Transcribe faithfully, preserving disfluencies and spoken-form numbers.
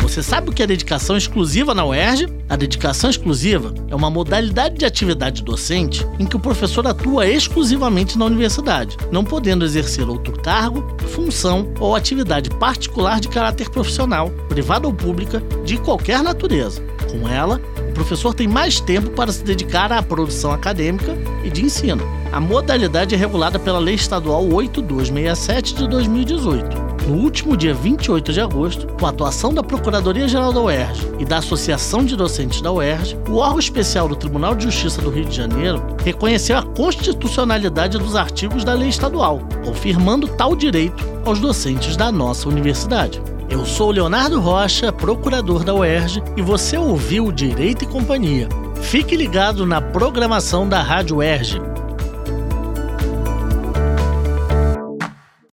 Você sabe o que é dedicação exclusiva na U E R J? A dedicação exclusiva é uma modalidade de atividade docente em que o professor atua exclusivamente na universidade, não podendo exercer outro cargo, função ou atividade particular de caráter profissional, privada ou pública, de qualquer natureza. Com ela, o professor tem mais tempo para se dedicar à produção acadêmica e de ensino. A modalidade é regulada pela Lei Estadual oito mil duzentos e sessenta e sete de dois mil e dezoito. No último dia vinte e oito de agosto, com a atuação da Procuradoria-Geral da U E R J e da Associação de Docentes da U E R J, o órgão especial do Tribunal de Justiça do Rio de Janeiro reconheceu a constitucionalidade dos artigos da lei estadual, confirmando tal direito aos docentes da nossa universidade. Eu sou Leonardo Rocha, procurador da U E R J, e você ouviu Direito e Companhia. Fique ligado na programação da Rádio U E R J.